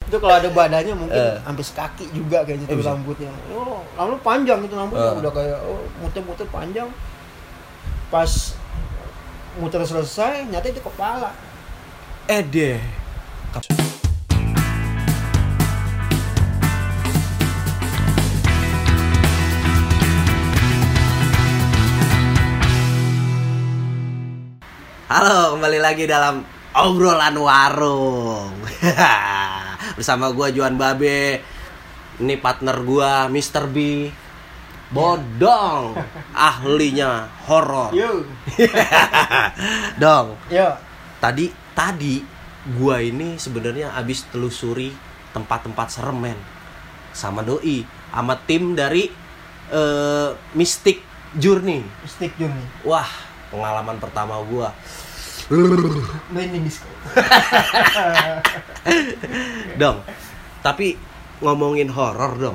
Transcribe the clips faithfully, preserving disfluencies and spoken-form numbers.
Itu kalau ada badannya mungkin uh. sampai sekaki juga kayak gitu eh, rambutnya. Oh, rambutnya panjang gitu rambutnya uh. udah kayak oh, muter-muter panjang. Pas muter selesai, nyata itu kepala. Eh deh. Halo, kembali lagi dalam obrolan warung. Bersama gua Juan Babe. Ini partner gua mister B. Bodong, ahlinya horor. Yo. Dong. Yo. Tadi tadi gua ini sebenarnya abis telusuri tempat-tempat serem men. Sama doi, sama tim dari uh, Mystic Journey. Mystic Journey. Wah, pengalaman pertama gua. Blending disco. Dong. Tapi ngomongin horor dong.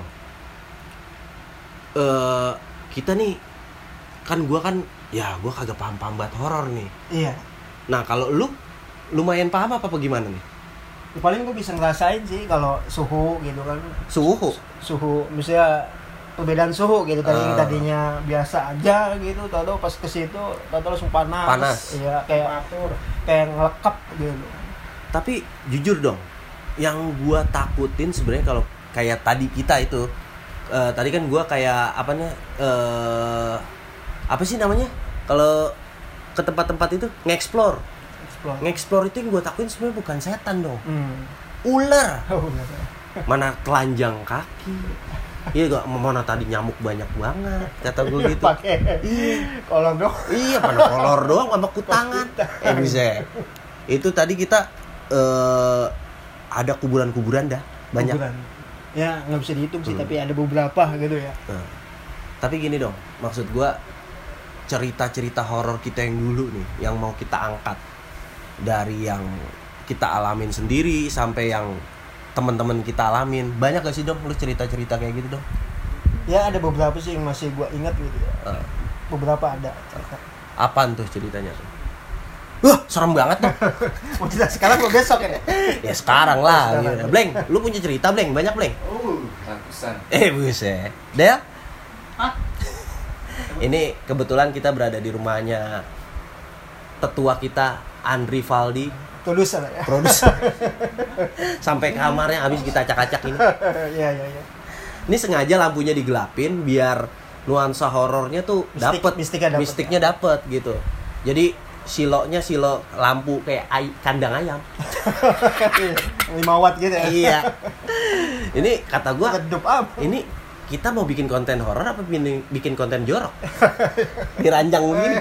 Uh, kita nih kan gua kan ya gua kagak paham-paham banget horor nih. Iya. Nah, kalau lu lumayan paham apa apa gimana nih? Paling gue bisa ngerasain sih kalau suhu gitu kan. Suhu. Suhu misalnya perbedaan suhu gitu tadi uh. tadinya biasa aja gitu, tahu pas ke situ tahu langsung panas. Panas. Iya, kayak atur, kayak ngelekap gitu. Tapi jujur dong, yang gua takutin sebenarnya kalau kayak tadi kita itu uh, tadi kan gua kayak apa nih uh, apa sih namanya? Kalau ke tempat-tempat itu nge-explore. Explore. Nge-explore itu yang gua takutin sebenarnya bukan setan dong. Hmm. Ular. Oh, ular. Mana telanjang kaki. Iya gak, mana tadi nyamuk banyak banget kata gue gitu. Pakai kolor doang. Iya, mana kolor doang sama kutangan. Eh bisa. Itu tadi kita uh, ada kuburan-kuburan dah banyak. Kuburan. Ya nggak bisa dihitung sih, hmm. tapi ada beberapa gitu ya. Nah, tapi gini dong, maksud gue cerita-cerita horor kita yang dulu nih, yang mau kita angkat dari yang kita alamin sendiri sampai yang teman-teman kita alamin. Banyak gak sih dong lu cerita-cerita kayak gitu dong? Ya ada beberapa sih yang masih gue ingat gitu ya. Uh. Beberapa ada cerita. Apaan tuh ceritanya tuh? Wah, serem banget dong. Mau cerita sekarang atau besok ya? Ya sekarang lah. Sekarang. Gitu. Bleng, lu punya cerita Bleng? Banyak Bleng? Oh, ratusan. Eh buset. Del? Hah? Ini kebetulan kita berada di rumahnya tetua kita Andri Valdi. Tulus lah ya. Produser. Sampai kamarnya habis kita acak-acak ini. Iya, iya, iya. Ini sengaja lampunya digelapin biar nuansa horornya tuh Mistik, dapet, mistiknya dapet, mistiknya ya. dapet gitu. Jadi siloknya silo lampu kayak ay- kandang ayam. lima watt gitu ya. Iya. Ini kata gua, redup apa? ini kita mau bikin konten horor apa bikin, bikin konten jorok? Diranjang begini.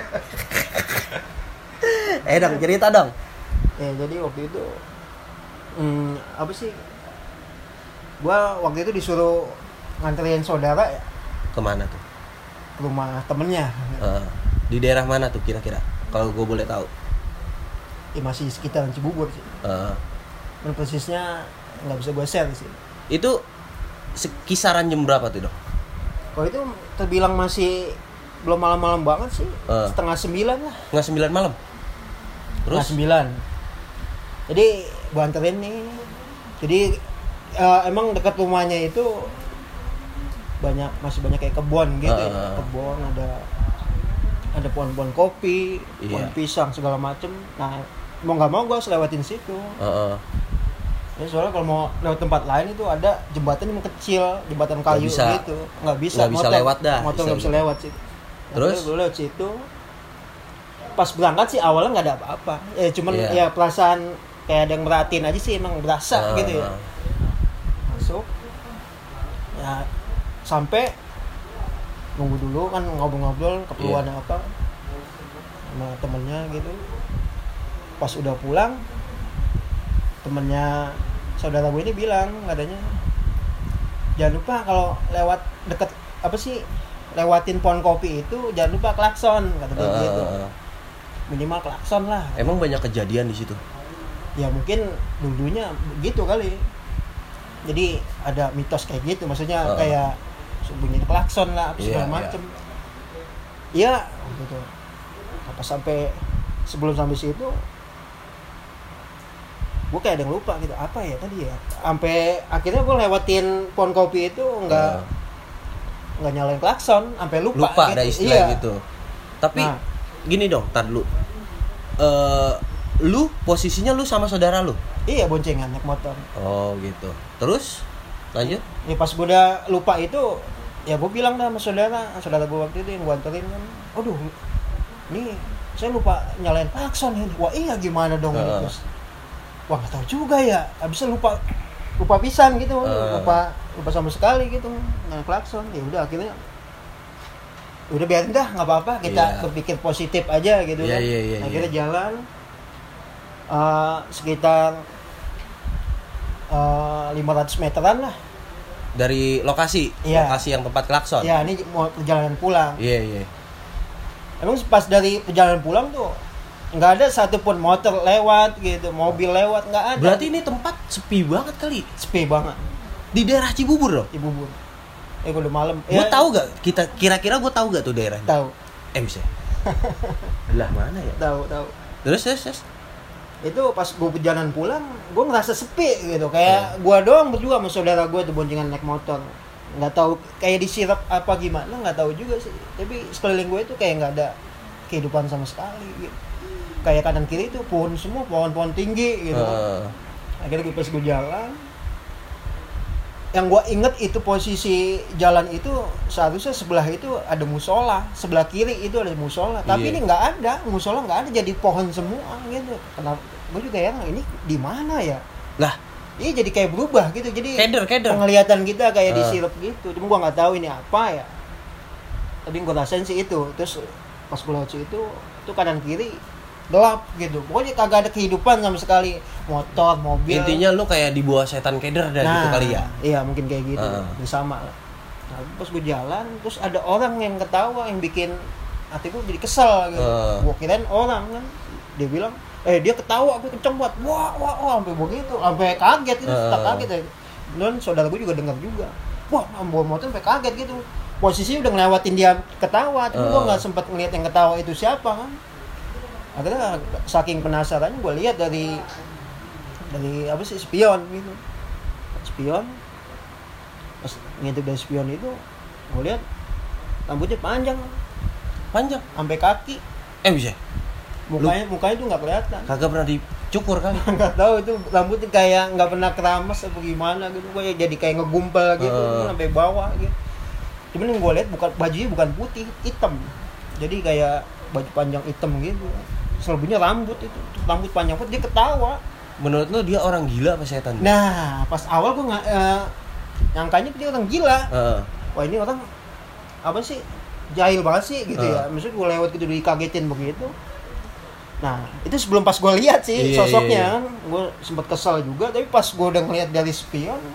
Eh dong, cerita dong. Ya jadi waktu itu hmm, apa sih? Gua waktu itu disuruh nganterin saudara ya Kemana tuh? ke rumah temennya. Uh, di daerah mana tuh kira-kira? Kalau gue boleh tahu. Ya masih sekitaran Cibubur sih. Uh, Dan persisnya nggak bisa gue share sih. itu kisaran jam berapa tuh dong? Kalau itu terbilang masih belum malam-malam banget sih. Uh. Setengah sembilan lah. Nggak sembilan malam? Terus? Setengah sembilan. Jadi gue anterin nih. Jadi uh, emang dekat rumahnya itu banyak masih banyak kayak kebun gitu uh. ya. Kebun ada ada pohon-pohon kopi, Iya. pohon pisang segala macem. Nah mau nggak mau gue harus lewatin situ. Uh-uh. Ya soalnya kalau mau lewat tempat lain itu ada jembatan yang kecil, jembatan kayu Nggak bisa. gitu, nggak bisa. Nggak bisa motor, lewat dah, Motor nggak bisa istilahnya. lewat situ. Nah, Terus? gue lewat situ. Pas berangkat sih awalnya nggak ada apa-apa. Ya cuman Iya. ya perasaan kayak ada yang merhatiin aja sih, emang berasa Uh. gitu ya. Masuk. Ya sampai nunggu dulu kan ngobrol-ngobrol keperluan Iya. apa sama temennya gitu. Pas udah pulang temennya saudara gue ini bilang katanya jangan lupa kalau lewat deket apa sih lewatin pohon kopi itu jangan lupa klakson kata dia Uh. gitu, minimal klakson lah. Emang banyak kejadian di situ? Ya mungkin dulunya begitu kali, jadi ada mitos kayak gitu, maksudnya Uh. kayak bunyi klakson lah apa segala Iya, macem. Iya gitu. Apa sampai sebelum sampai situ gue kayak ada yang lupa gitu apa ya tadi ya, sampai akhirnya gue lewatin pohon kopi itu nggak Uh. nggak nyalain klakson, sampai lupa. Lupa gitu. ada istilah Iya. gitu. Tapi Nah. gini dong, tar dulu. Eh, lu posisinya lu sama saudara lu. Iya boncengan naik motor. Oh gitu. Terus lanjut. Ya pas gue udah lupa itu, ya gue bilang dah sama saudara, saudara gue waktu itu yang gue anterin kan, aduh, nih saya lupa nyalain klakson ini. Wah iya gimana dong ini Uh. terus. Wah nggak tahu juga ya, abisnya lupa lupa pisan gitu, Uh. lupa lupa sama sekali gitu nyalain klakson. Ya udah akhirnya, udah biarin dah nggak apa-apa, kita Iya. berpikir positif aja gitu Iya, kan. iya, iya, Akhirnya iya. jalan uh, sekitar uh, lima ratus meteran lah. Dari lokasi, Iya. lokasi yang tempat klakson. Ya ini mau perjalanan pulang. Iya, iya. Emang pas dari perjalanan pulang tuh nggak ada satupun motor lewat gitu, mobil lewat nggak ada. Berarti ini tempat sepi banget kali. sepi banget, Di daerah Cibubur dong. Ibu Bun. Eh udah malam. Gue tahu gak? Kita kira-kira gue tahu gak tuh daerahnya? Tahu, Eh bisa. Lah mana ya? tahu, tahu. Terus terus terus. Itu pas gue perjalanan pulang, gue ngerasa sepi gitu. Kayak gue doang berdua sama saudara gue tuh boncengan naik motor. Nggak tahu kayak disirap apa gimana, nggak tahu juga sih. Tapi sekeliling gue itu kayak nggak ada kehidupan sama sekali gitu. Kayak kanan kiri itu pohon semua, pohon-pohon tinggi gitu. Uh, Akhirnya gue pas gue jalan, yang gue inget itu posisi jalan itu seharusnya sebelah itu ada musola, sebelah kiri itu ada musola, tapi Iya. ini nggak ada, musola nggak ada, jadi pohon semua gitu. Kenapa? Gue juga ya ini di mana ya? lah, Iya jadi kayak berubah gitu, jadi keder keder. penglihatan kita kayak Ah. disirup gitu. Cuma gue nggak tahu ini apa ya. Tapi gue rasain sih itu. Terus pas gue lewat situ, itu kanan kiri gelap gitu. Pokoknya kagak ada kehidupan sama sekali, motor, mobil. Intinya lu kayak di bawah setan keder dan gitu kali ya. Iya mungkin kayak gitu, Uh. ya sama lah. Nah, pas gue jalan, terus ada orang yang ketawa yang bikin hati gue jadi kesel gitu. Uh. Gue kirain orang kan, dia bilang, eh dia ketawa, gue kenceng banget, wah wah wah sampai begitu, sampai kaget gitu, Uh. tak kaget ya. Dan saudara gue juga dengar juga, wah bawa motor sampai kaget gitu. Posisinya udah ngelewatin dia ketawa, cuma gue Uh. nggak sempat ngeliat yang ketawa itu siapa kan. Akhirnya saking penasarannya gue lihat dari dari apa sih spion gitu, spion pas ngintip dari spion itu gue lihat rambutnya panjang Panjang. sampai kaki, Eh bisa. mukanya mukanya tuh nggak kelihatan. Kagak pernah dicukur kali. Nggak tahu itu rambutnya kayak nggak pernah keramas atau gimana gitu, gue jadi kayak ngegumpal gitu Uh. sampai bawah gitu. Cuman yang gue lihat bukan bajunya bukan putih, hitam, jadi kayak baju panjang hitam gitu. Selebihnya rambut itu, rambut panjang banget, dia ketawa. Menurut lu dia orang gila apa setan? Nah, pas awal gue nggak eh, nyangkanya dia orang gila. Heeh. Wah ini orang apa sih, jahil banget sih gitu Uh. ya. Maksudnya gue lewat gitu dikagetin begitu. Nah itu sebelum pas gue lihat sih Iya, sosoknya iya, iya. kan, gue sempat kesal juga. Tapi pas gue udah ngeliat dari spion,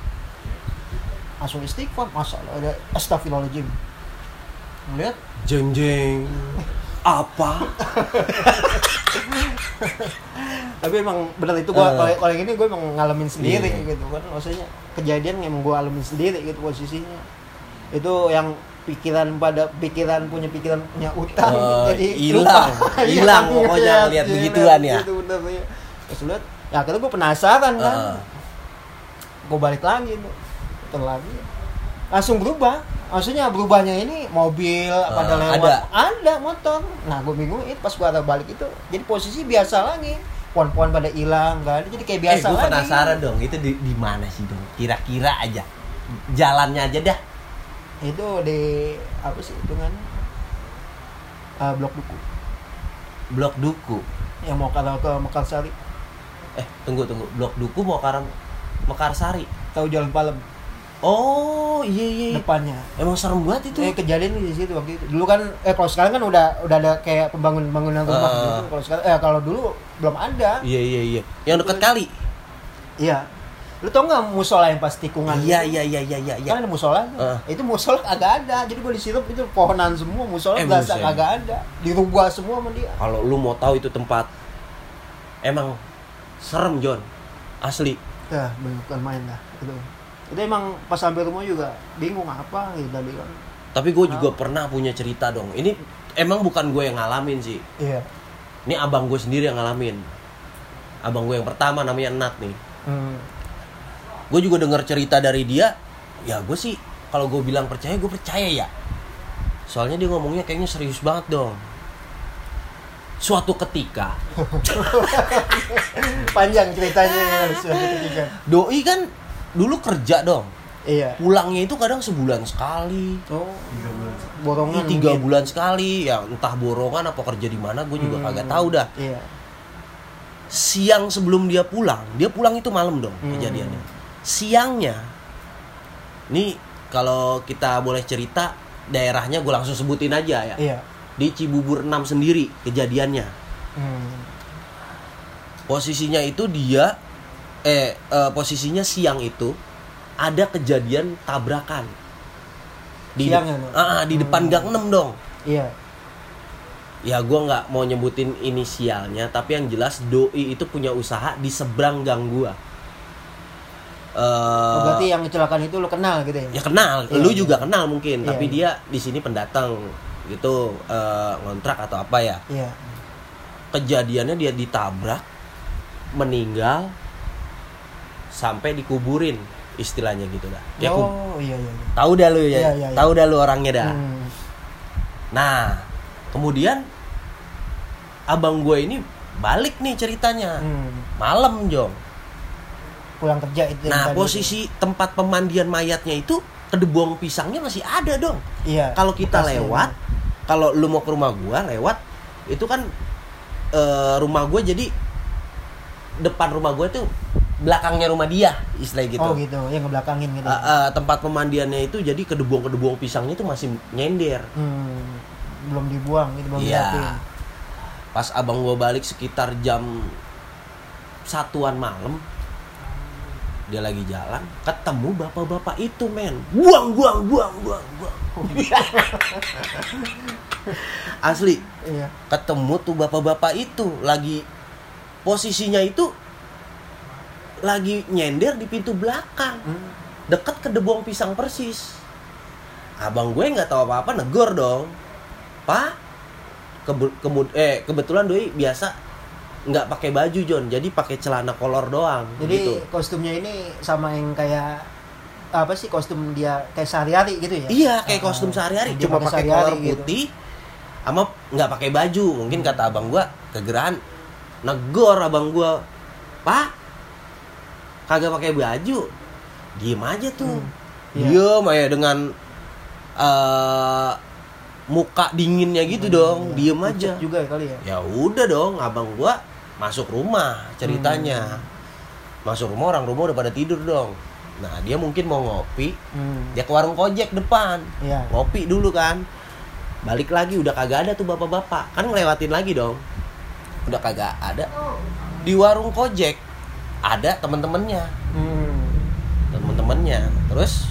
langsung istighfar, masalah ada astagfirullahaladzim. Ngeliat, Jeng jeng. Apa? tapi emang benar itu gue Uh. kalau kalau yang ini gue emang ngalamin sendiri Iya. gitu kan, maksudnya kejadian yang emang gue alamin sendiri gitu posisinya. Itu yang pikiran pada pikiran punya pikiran punya utang Oh, jadi hilang. lupa. Hilang pokoknya Iya, lihat iya, begituan ya. gitu bener, iya. Terus lihat, ya akhirnya gue penasaran kan, Heeh. gue balik lagi tuh, putar lagi, langsung berubah. Maksudnya berubahnya ini mobil pada Uh, lewat, ada. ada motor. Nah gue bingung itu pas gue arah balik itu, jadi posisi biasa lagi, pohon-pohon pada hilang, nggak ada, jadi kayak biasa eh, gue lagi. penasaran dong, itu di, di mana sih dong? Kira-kira aja. Jalannya aja dah. Itu di apa sih hitungan uh, Blok Duku Blok Duku. yang mau ke ke Mekarsari, Eh, tunggu tunggu. Blok Duku mau ke Mekarsari. tahu Jalan Palem Oh, iya iya. iya. depannya. Emang serem banget itu. Eh kejadian di situ waktu itu. Dulu kan eh kalau sekarang kan udah udah ada kayak pembangunan-pembangunan rumah Uh. gitu. Kalau sekarang eh kalau dulu belum ada. Iya iya iya. Yang dekat kali. Iya. Lu tau nggak musola yang pas tikungan? Iya itu? iya iya iya iya. iya. Kan ada musola tuh. Uh. Itu musola agak ada. Jadi gua disirup itu pohonan semua, musola Eh, berasa buset. kagak ada. Dirubah semua sama dia. Kalau lu mau tahu itu tempat emang serem John. Asli. Ya, bukan main dah. Itu. Itu emang pas sampai rumah juga bingung apa gitu tadi kan. Tapi gue juga pernah punya cerita dong. Ini emang bukan gue yang ngalamin sih. Iya. Ini abang gue sendiri yang ngalamin. abang gue yang pertama namanya Nat nih. Hmm. Gue juga dengar cerita dari dia, ya gue sih kalau gue bilang percaya, gue percaya ya. Soalnya dia ngomongnya kayaknya serius banget dong. Suatu ketika Panjang ceritanya suatu ketika. doi kan dulu kerja dong. Iya. Pulangnya itu kadang sebulan sekali. Oh, borongan. Ih, tiga mungkin. bulan sekali, ya entah borongan apa kerja di mana, gue juga Hmm. kagak tahu dah. Iya. Siang sebelum dia pulang, dia pulang itu malam dong Hmm. kejadiannya. Siangnya, nih kalau kita boleh cerita daerahnya gue langsung sebutin aja ya. Iya. Di Cibubur enam sendiri kejadiannya. Hmm. Posisinya itu dia, eh, eh posisinya siang itu ada kejadian tabrakan. Di Siang de- ya, no? ah, di depan Hmm. gang enam dong. Iya. Ya gue nggak mau nyebutin inisialnya, tapi yang jelas doi itu punya usaha di seberang gang gua. Eh, Oh, berarti yang kecelakaan itu lo kenal gitu ya? ya kenal, Iya, lu iya. juga kenal mungkin, Iya, tapi iya. dia di sini pendatang gitu, eh, ngontrak atau apa ya. Iya. Kejadiannya dia ditabrak, meninggal, sampai dikuburin, istilahnya gitu dah. Ya, ku- Oh, iya iya. iya. tahu dah lu ya, Iya, iya, iya. tahu dah lu orangnya dah. Hmm. Nah, kemudian abang gue ini balik nih ceritanya, Hmm. malam Jong. Pulang kerja itu. yang Nah, tadi posisi tempat pemandian mayatnya itu kedebong pisangnya masih ada dong. itu. Iya. Kalau kita Bekasnya. lewat, kalau lu mau ke rumah gua lewat, itu kan eh, rumah gua jadi depan rumah gua itu belakangnya rumah dia, istilahnya gitu. Oh gitu, yang ngebelakangin gitu. Eh, eh, tempat pemandiannya itu jadi kedebong-kedebong pisangnya itu masih nyender. Hmm. Belum dibuang, itu belum Iya. diliatin. Pas abang gua balik sekitar jam satuan malam, dia lagi jalan, ketemu bapak-bapak itu, men. Buang, buang, buang, buang, buang. Asli, Iya. ketemu tuh bapak-bapak itu lagi posisinya itu lagi nyender di pintu belakang, Hmm. deket ke debong pisang persis. Abang gue nggak tahu apa-apa, negor dong, Pak. Kebe- kemud- eh kebetulan doi biasa nggak pakai baju John, jadi pakai celana kolor doang. Jadi gitu. kostumnya ini sama yang kayak apa sih, kostum dia kayak sehari-hari gitu ya? Iya, kayak Ah, kostum sehari-hari, dia cuma pakai sehari-hari kolor gitu. putih, sama nggak pakai baju. Mungkin kata abang gua kegerahan, negor abang gua, Pak, kagak pakai baju, diem aja tuh, Hmm, iya. diem aja dengan eh, muka dinginnya gitu Hmm, dong, iya. diem Pucet aja. juga ya kali ya. Ya udah dong, abang gua masuk rumah ceritanya, Hmm. masuk rumah, orang rumah udah pada tidur dong. Nah dia mungkin mau ngopi, Hmm. dia ke warung Kojek depan. Iya. Ngopi dulu kan, balik lagi udah kagak ada tuh bapak-bapak, kan ngelewatin lagi dong, udah kagak ada. Di warung Kojek ada temen-temennya, Hmm. temen-temennya. Terus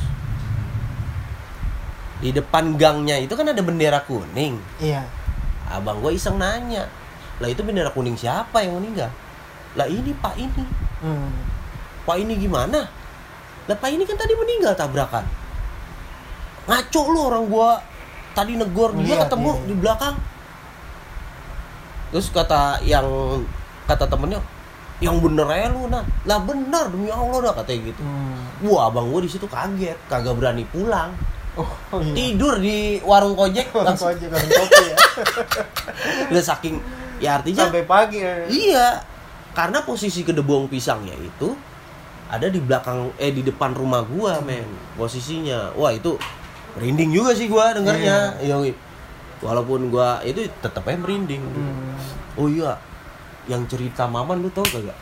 di depan gangnya itu kan ada bendera kuning. Iya. Abang gue iseng nanya, lah itu bendera kuning siapa yang meninggal? Lah ini Pak ini, Hmm. Pak ini gimana? Lah Pak ini kan tadi meninggal tabrakan. Ngaco lu, orang gua tadi negor dia Lihat, ketemu iya. di belakang. Terus kata yang kata temennya, yang bener aja lu, nah. Lah bener demi Allah dah, katanya gitu. Hmm. Wah, abang gua di situ kaget, kagak berani pulang. Oh, oh iya. Tidur di warung Kojek Orang langsung. Kojek, orang kopi ya. Udah saking, ya artinya Sampai pagi ya. iya, karena posisi kedebong pisangnya itu ada di belakang, eh di depan rumah gua, men, posisinya. Wah itu merinding juga sih gua dengernya. Iya. Walaupun gua itu tetep aja merinding. Hmm. Oh iya, yang cerita Maman lu tau kagak?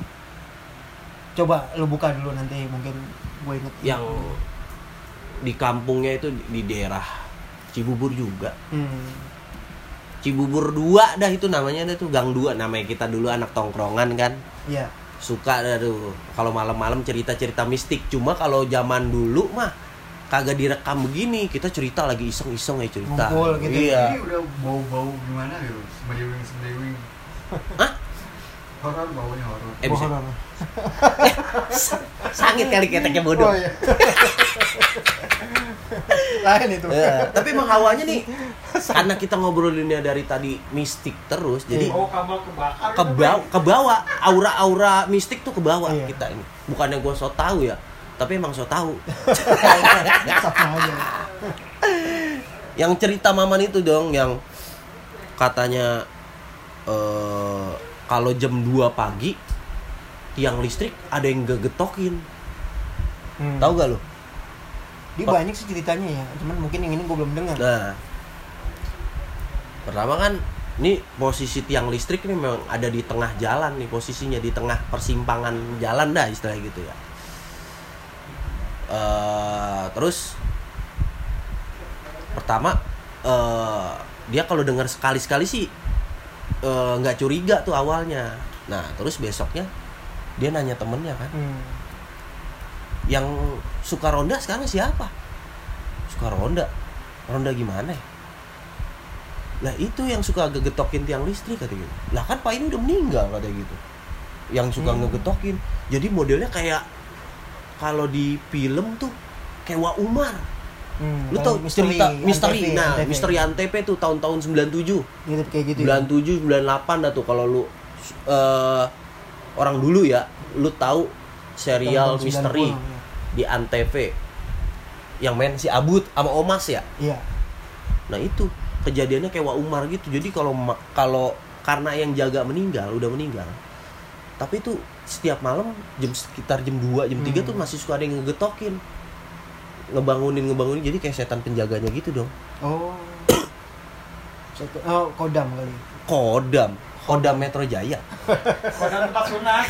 Coba lu buka dulu nanti mungkin gue inget. Yang di kampungnya itu di, di daerah Cibubur juga. Hmm. Cibubur dua dah itu namanya, dah tuh Gang dua namanya, kita dulu anak tongkrongan kan. Iya. Suka dah tuh kalau malam-malam cerita-cerita mistik. Cuma kalau zaman dulu mah kagak direkam begini, kita cerita lagi iseng-iseng ya cerita. Ngumpul gitu. Iya. Ini udah bau-bau gimana gitu, semeriwing-semeriwing. Hah? Horor, baunya horor. Eh bisa. Bohong. Sangit kali keteknya bodoh. Oh, iya. Lain itu. Ya, tapi emang hawanya nih karena kita ngobrolinnya dari tadi mistik terus, jadi Oh, kabel kebakar. kebawa, kebawa aura-aura mistik tuh kebawa Iya. kita ini. Bukannya gue so tahu ya, tapi emang so tahu. Sama aja. Yang cerita Maman itu dong, yang katanya eh, kalau jam dua pagi tiang listrik ada yang gegetokin. Hmm. Tahu gak lo? Dia banyak sih ceritanya ya, cuman mungkin yang ini gue belum dengar. Nah, pertama kan, ini posisi tiang listrik ini memang ada di tengah jalan nih, posisinya di tengah persimpangan jalan dah istilah gitu ya. Uh, terus pertama uh, dia kalau dengar sekali-sekali sih nggak uh, curiga tuh awalnya. Nah, terus besoknya dia nanya temennya kan. Hmm. Yang suka ronda sekarang siapa? Suka ronda? Ronda gimana ya? Lah itu yang suka ngegetokin tiang listrik katanya gitu. Lah kan Pak ini udah meninggal katanya gitu. Yang suka Hmm. ngegetokin. Jadi modelnya kayak kalau di film tuh kayak Wak Umar. Hmm. Lu tau misteri, cerita misteri. Antv, Nah, Antv. misteri Antv tuh tahun-tahun sembilan puluh tujuh. Mirip kayak gitu. sembilan puluh tujuh, sembilan puluh delapan dah tuh kalau lu uh, orang dulu ya, lu tahu serial Tahun-tahun misteri sembilan puluh, ya. di Antv yang main si Abud sama Omas ya. Iya. Nah itu kejadiannya kayak Wak Umar gitu. Jadi kalau ma- kalau karena yang jaga meninggal, udah meninggal. Tapi itu setiap malam jam sekitar jam dua, jam tiga Hmm. tuh masih suka ada yang ngegetokin. Ngebangunin ngebangunin jadi kayak setan penjaganya gitu dong. Oh. Satu, oh, kodam kali. Kodam, Kodam Metro Jaya. Kodam tempat sunat.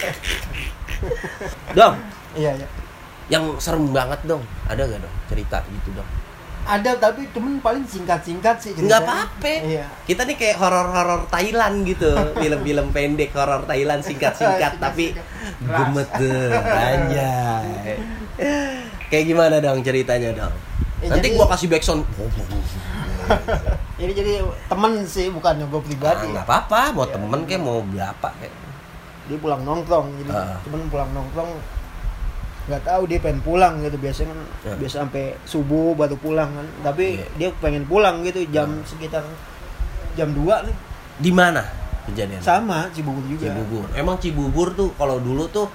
Dong, Iya, iya. yang serem banget dong. Ada gak dong cerita gitu dong? Ada tapi cuman paling singkat-singkat sih ceritanya. Nggak apa-apa. Iya. Kita nih kayak horor-horor Thailand gitu. Film-film pendek horor Thailand singkat-singkat tapi gemeter anjay. Kayak gimana dong ceritanya dong? Ya, Nanti jadi- gua kasih backsound. Ini jadi temen sih, bukan gue Ah, pribadi. nggak apa-apa, mau Iya. temen kayak mau berapa kayak. Dia pulang nongkrong, jadi Ah. cuman pulang nongkrong nggak tahu dia pengen pulang gitu, biasanya kan Ya. biasa sampai subuh baru pulang kan, tapi Iya. dia pengen pulang gitu jam Ah. sekitar jam dua nih, Di mana kejadian? sama Cibubur juga. Cibubur. Emang Cibubur tuh kalau dulu tuh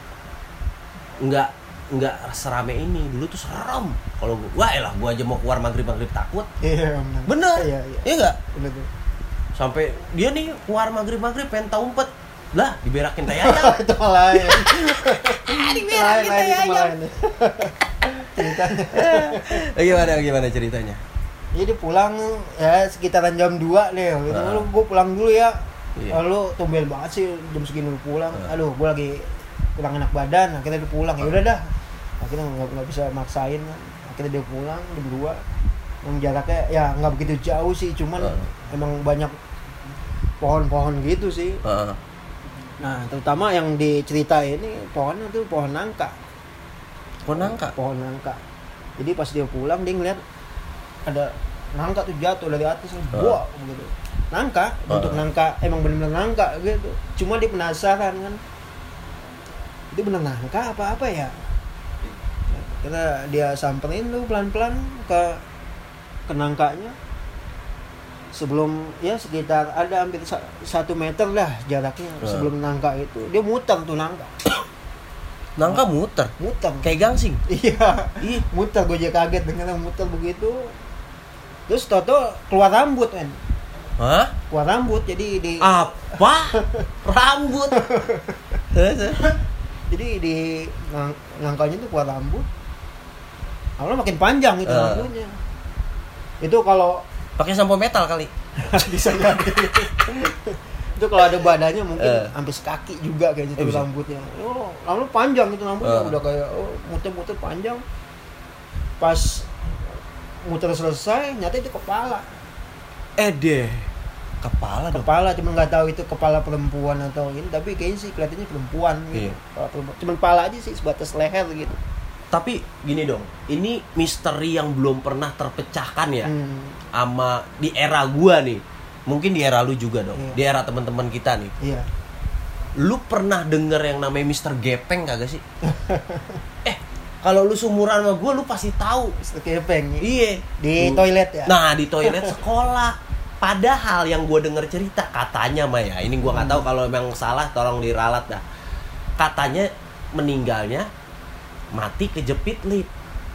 nggak nggak serame ini. Dulu tuh serem. Kalau gua, wah elah gua aja mau keluar maghrib-maghrib takut. Iya benar. Bener. Iya iya. Iya nggak? Bener tuh. Sampai dia nih keluar maghrib-maghrib pengen tahu umpet. Lah, diberakin tai ayam. Itu malah lain. Diberakin tai itu malah ayam. lain. Ceritanya. Gimana gimana ceritanya? Jadi pulang ya sekitaran jam dua deh. Gitu. Ah. Lalu gue pulang dulu ya. Iya. Lalu tumben banget sih jam segini lu pulang. Ah. Aduh, gue lagi kurang enak badan. Akhirnya dia pulang. Ya udah dah. Akhirnya nggak nggak bisa maksain kan. Akhirnya dia pulang jam dua. Yang jaraknya ya nggak begitu jauh sih, cuman Ah. emang banyak pohon-pohon gitu sih. Heeh. Nah, terutama yang dicerita ini pohonnya tuh pohon nangka. Pohon nangka. Pohon nangka. Jadi pas dia pulang dia ngeliat ada nangka tuh jatuh dari atas, Ah. buah begitu. Nangka, bentuk Ah. nangka, emang benar-benar nangka gitu. Cuma dia penasaran kan. Itu benar nangka apa apa ya? Karena dia samperin tuh pelan-pelan ke ke nangkanya. Sebelum ya sekitar ada hampir sa- satu meter dah jaraknya Ah. sebelum nangka itu dia muter tuh nangka, Nangka muter. muter. Kayak gangsing. Iya, Ih, muter, gue juga kaget dengan muter begitu. Terus toto keluar rambut kan, hah? keluar rambut jadi di Apa? Rambut. jadi di nang- nangkanya tuh keluar rambut. Awalnya makin panjang itu Ah. rambutnya. Itu kalau Pakai sampo metal kali. bisa jadi. Itu kalau ada badannya mungkin Eh. sampai sekaki juga kayak gitu Eh, bisa. rambutnya. Oh, lalu panjang itu rambutnya Eh. udah kayak oh, muter-muter panjang. Pas muter selesai, nyata itu kepala. Eh deh. Kepala dong. Kepala, cuma nggak tahu itu kepala perempuan atau ini, tapi kayaknya sih kelihatannya perempuan gitu. Iya. Kepala perempuan. Cuman kepala aja sih sebatas leher gitu. Tapi gini dong, ini misteri yang belum pernah terpecahkan ya. Hmm. Sama di era gua nih. Mungkin di era lu juga dong. Iya. Di era teman-teman kita nih. Iya. Lu pernah denger yang namanya Mister Gepeng kagak sih? eh, Kalau lu sumuran sama gue, lu pasti tahu. Mister Gepeng. Iya. Di Lu- toilet ya. Nah, di toilet sekolah. Padahal yang gue denger cerita katanya mah ya, ini gue nggak tahu kalau memang salah, tolong diralat dah. Katanya meninggalnya mati kejepit lift.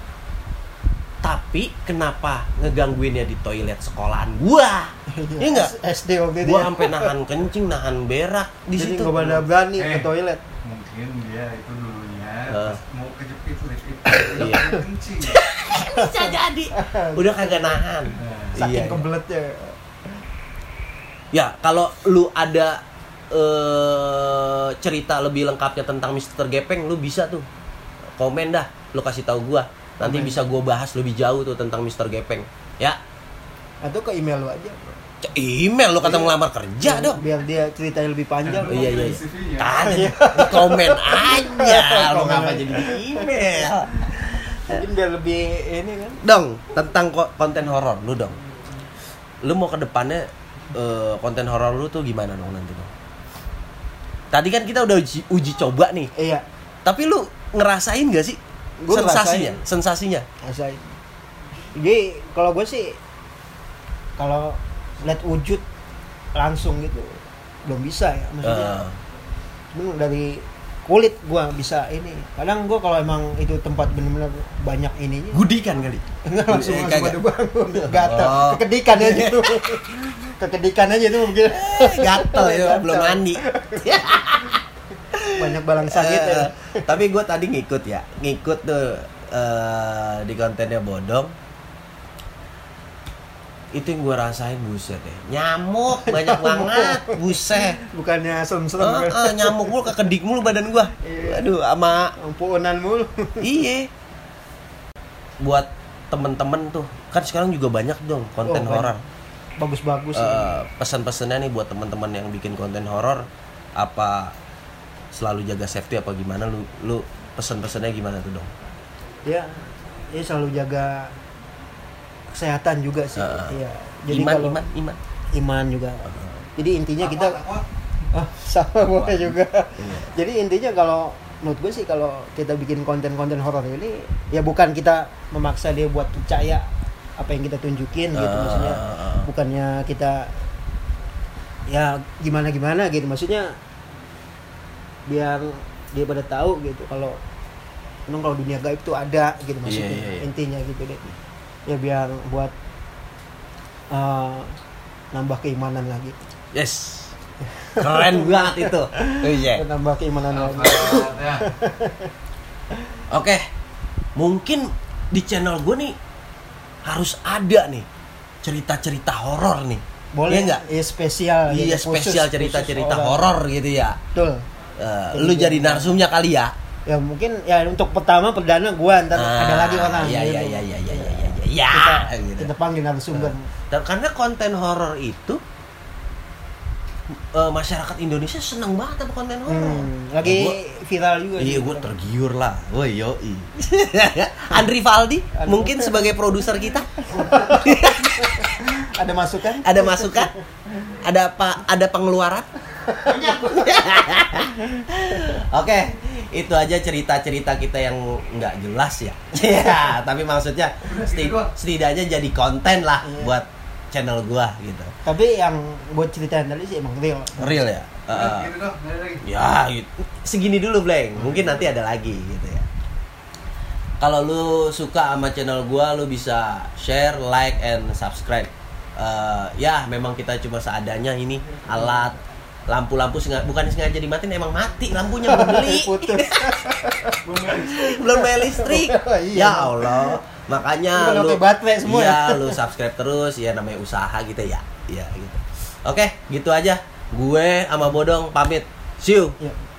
Tapi kenapa ngegangguinnya di toilet sekolahan gua? Iya enggak? S D waktu itu. Gua ya. sampai nahan kencing, nahan berak di Jadi situ. nggak pada berani Eh. ke toilet. Mungkin dia itu dulunya Eh. pas mau kejepit lift itu Iya. udah pengen kencing. Bisa jadi. Udah kagak nahan. Saking Iya, iya. kebeletnya. Ya, kalau lu ada eh, cerita lebih lengkapnya tentang Mister Gepeng, lu bisa tuh komen dah, lu kasih tahu gua. Nanti Komen. bisa gua bahas lebih jauh tuh tentang Mister Gepeng. Ya, Atau ke email lu aja. C- email lu kata ngelamar kerja Biar- dong. Biar dia ceritanya lebih panjang. Oh, iya iya. Di C V-nya. Kan di komen aja, lu Komen ngapa aja. jadi di email? Mungkin biar lebih ini kan. Dong, tentang ko- konten horor lu dong. Lu mau ke depannya eh, konten horor lu tuh gimana dong nanti dong? Tadi kan kita udah uji, uji coba nih. Iya. Tapi lu ngerasain gak sih Gua sensasinya? ngerasain. Sensasinya? Rasain. Jadi kalau gue sih kalau lihat wujud langsung gitu belum bisa ya maksudnya. Eh, Cuman dari kulit gue bisa ini. Kadang gue kalau emang itu tempat bener-bener banyak ininya gudikan kali. enggak langsung Eh, langsung kagak. pada bangun gatal. Oh. Kekedikan aja tuh. Kekedikan aja tuh mungkin. Gatel itu Gatel. belum mandi. Banyak balang sakit ya. Eh, tapi gue tadi ngikut ya, ngikut tuh eh, di kontennya Bodong. Itu yang gue rasain, buset deh. Nyamuk banyak banget, buset. Bukannya serem-serem Eh, kan. eh, nyamuk mulu, kekedik mulu badan gue. Iya. Aduh, sama Ampunan mulu. iye. Buat temen-temen tuh, kan sekarang juga banyak dong konten Oh, horor. Bagus-bagus. Eh, pesan-pesannya nih buat teman-teman yang bikin konten horor, apa selalu jaga safety apa gimana, lu lu pesan-pesannya gimana tuh dong? Ya, ya selalu jaga kesehatan juga sih. Uh, Iya. Jadi iman, kalau iman, iman. iman juga. Jadi intinya kita Takut, oh, sama boleh juga. Iya. Jadi intinya kalau menurut gue sih kalau kita bikin konten-konten horor ini ya bukan kita memaksa dia buat percaya apa yang kita tunjukin gitu Uh, maksudnya. Bukannya kita ya gimana-gimana gitu maksudnya biar dia pada tahu gitu kalau emang kalau dunia gaib tuh ada gitu maksudnya. Iya, iya, iya. Intinya gitu deh. Ya biar buat uh, nambah keimanan lagi. Yes. Keren banget itu. Oh, iya. Nambah keimanan lagi. takut ya. Oke. Mungkin di channel gue nih harus ada nih cerita-cerita horor nih. Boleh Iya nggak? Iya spesial. Iya, gitu, khusus- spesial cerita-cerita khusus horor gitu ya. Betul. Eh, Jadi lu jadi biar- narsumnya kali ya. Ya mungkin ya untuk pertama perdana gua ntar ada lagi orang. Iya gitu. iya iya iya iya iya iya. Ya, Kita, gitu. kita panggil narasumber. Dan karena konten horor itu eh, masyarakat Indonesia seneng banget sama konten horor. Hmm, lagi Gua- viral juga. Iya, sih. gue tergiur lah. Woi, yoi. Andri Valdi mungkin sebagai produser kita Ada masukan? ada masukan? Ada apa? Ada pengeluaran? Oke, itu aja cerita-cerita kita yang nggak jelas ya. Ya, tapi maksudnya seti- setidaknya jadi konten lah Iya. buat channel gua gitu. Tapi yang buat ceritain tadi sih emang real. Real ya. Uh, Gitu dong, ada lagi. ya, gitu. Segini dulu, Bleng. Mungkin nanti ada lagi gitu ya. Kalau lu suka sama channel gua, lu bisa share, like, and subscribe. Eh, ya, memang kita cuma seadanya ini alat lampu-lampu sengaja, bukan sengaja dimatiin, emang mati lampunya belum beli. Putus. Belum bayar listrik. Iya. Ya Allah. Makanya Udah lu pakai baterai semua. Iya, lu subscribe terus ya, namanya usaha gitu ya. Iya gitu. Oke, gitu aja. Gue sama Bodong pamit. See you. Ya.